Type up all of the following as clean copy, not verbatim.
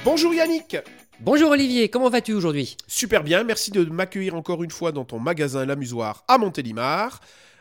Bonjour Yannick. Bonjour Olivier, comment vas-tu aujourd'hui ? Super bien, merci de m'accueillir encore une fois dans ton magasin L'Amusoir à Montélimar.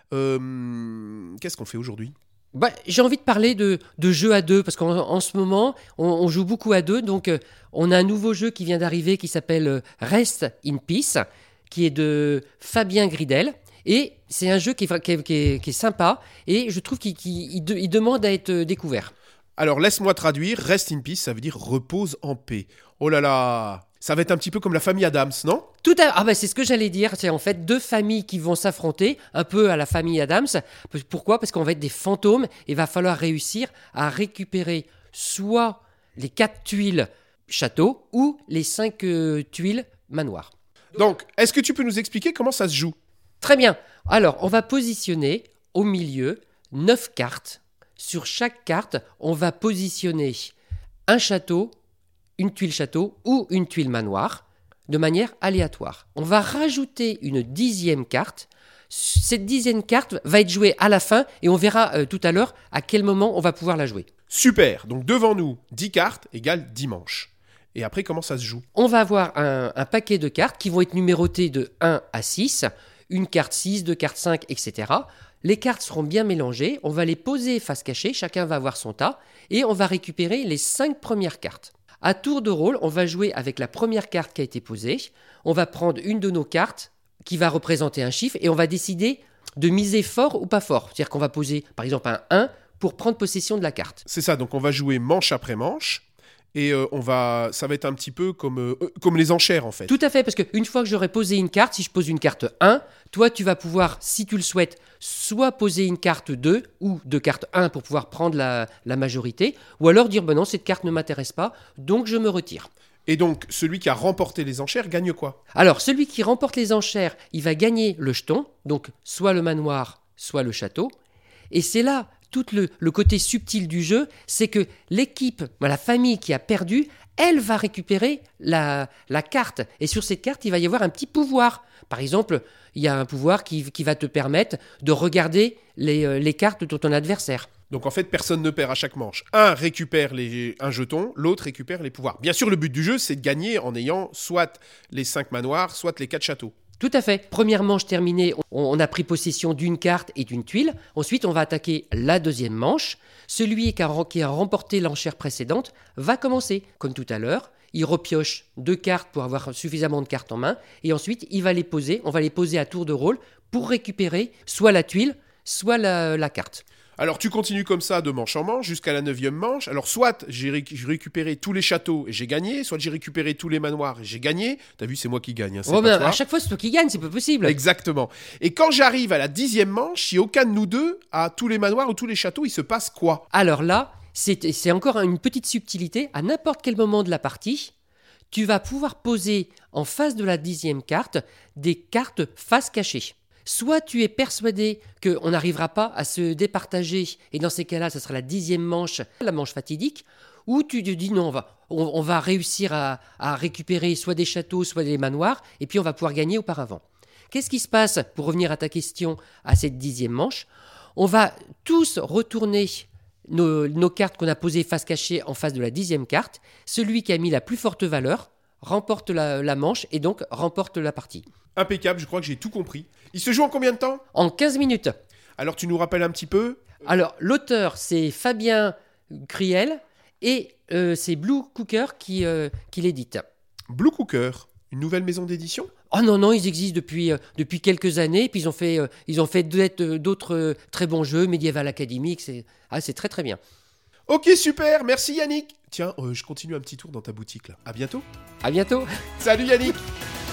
Qu'est-ce qu'on fait aujourd'hui ? J'ai envie de parler de jeux à deux, parce qu'en ce moment, on joue beaucoup à deux. Donc, on a un nouveau jeu qui vient d'arriver qui s'appelle Rest in Peace, qui est de Fabien Gridel. Et c'est un jeu qui est sympa, et je trouve qu'il demande à être découvert. Alors laisse-moi traduire, Rest in Peace, ça veut dire repose en paix. Oh là là, ça va être un petit peu comme la famille Addams, non ? C'est ce que j'allais dire. C'est en fait deux familles qui vont s'affronter, un peu à la famille Addams. Pourquoi ? Parce qu'on va être des fantômes et il va falloir réussir à récupérer soit les 4 tuiles château ou les 5 tuiles manoir. Donc, est-ce que tu peux nous expliquer comment ça se joue ? Très bien. Alors, on va positionner au milieu 9 cartes. Sur chaque carte, on va positionner un château, une tuile château ou une tuile manoir de manière aléatoire. On va rajouter une 10e carte. Cette 10e carte va être jouée à la fin et on verra tout à l'heure à quel moment on va pouvoir la jouer. Super, donc devant nous, 10 cartes égale 10 manches. Et après, comment ça se joue ? On va avoir un paquet de cartes qui vont être numérotées de 1 à 6, une carte 6, 2 cartes 5, etc. Les cartes seront bien mélangées, on va les poser face cachée, chacun va avoir son tas, et on va récupérer les 5 premières cartes. À tour de rôle, on va jouer avec la première carte qui a été posée, on va prendre une de nos cartes qui va représenter un chiffre, et on va décider de miser fort ou pas fort. C'est-à-dire qu'on va poser par exemple un 1 pour prendre possession de la carte. C'est ça, donc on va jouer manche après manche. Et ça va être un petit peu comme les enchères en fait. Tout à fait, parce qu'une fois que j'aurai posé une carte, si je pose une carte 1, toi tu vas pouvoir, si tu le souhaites, soit poser une carte 2 ou 2 cartes 1 pour pouvoir prendre la majorité, ou alors dire non, cette carte ne m'intéresse pas, donc je me retire. Et donc, celui qui a remporté les enchères gagne quoi ? Alors, celui qui remporte les enchères, il va gagner le jeton, donc soit le manoir, soit le château, et c'est là tout le côté subtil du jeu, c'est que l'équipe, la famille qui a perdu, elle va récupérer la carte. Et sur cette carte, il va y avoir un petit pouvoir. Par exemple, il y a un pouvoir qui va te permettre de regarder les cartes de ton adversaire. Donc en fait, personne ne perd à chaque manche. Un récupère un jeton, l'autre récupère les pouvoirs. Bien sûr, le but du jeu, c'est de gagner en ayant soit les 5 manoirs, soit les 4 châteaux. Tout à fait. Première manche terminée, on a pris possession d'une carte et d'une tuile. Ensuite, on va attaquer la deuxième manche. Celui qui a remporté l'enchère précédente va commencer. Comme tout à l'heure, il repioche 2 cartes pour avoir suffisamment de cartes en main. Et ensuite, on va les poser à tour de rôle pour récupérer soit la tuile, soit la carte. Alors tu continues comme ça de manche en manche jusqu'à la 9e manche. Alors soit j'ai récupéré tous les châteaux et j'ai gagné, soit j'ai récupéré tous les manoirs et j'ai gagné. T'as vu, c'est moi qui gagne, c'est pas toi. À chaque fois, c'est toi qui gagne, c'est pas possible. Exactement. Et quand j'arrive à la 10e manche, si aucun de nous deux a tous les manoirs ou tous les châteaux, il se passe quoi ? Alors là, c'est encore une petite subtilité. À n'importe quel moment de la partie, tu vas pouvoir poser en face de la 10e carte des cartes face cachée. Soit tu es persuadé qu'on n'arrivera pas à se départager, et dans ces cas-là, ce sera la 10e manche, la manche fatidique, ou tu te dis non, on va réussir à récupérer soit des châteaux, soit des manoirs, et puis on va pouvoir gagner auparavant. Qu'est-ce qui se passe, pour revenir à ta question, à cette 10e manche ? On va tous retourner nos cartes qu'on a posées face cachée en face de la 10e carte. Celui qui a mis la plus forte valeur remporte la manche et donc remporte la partie. Impeccable, je crois que j'ai tout compris. Il se joue en combien de temps ? En 15 minutes. Alors tu nous rappelles un petit peu ? Alors l'auteur c'est Fabien Gridel et c'est Blue Cooker qui l'édite. Blue Cooker, une nouvelle maison d'édition ? Oh non, ils existent depuis quelques années, puis ils ont fait d'autres très bons jeux, Medieval Academy, c'est très très bien. Ok, super, merci Yannick. Tiens, je continue un petit tour dans ta boutique là. À bientôt. À bientôt. Salut Yannick.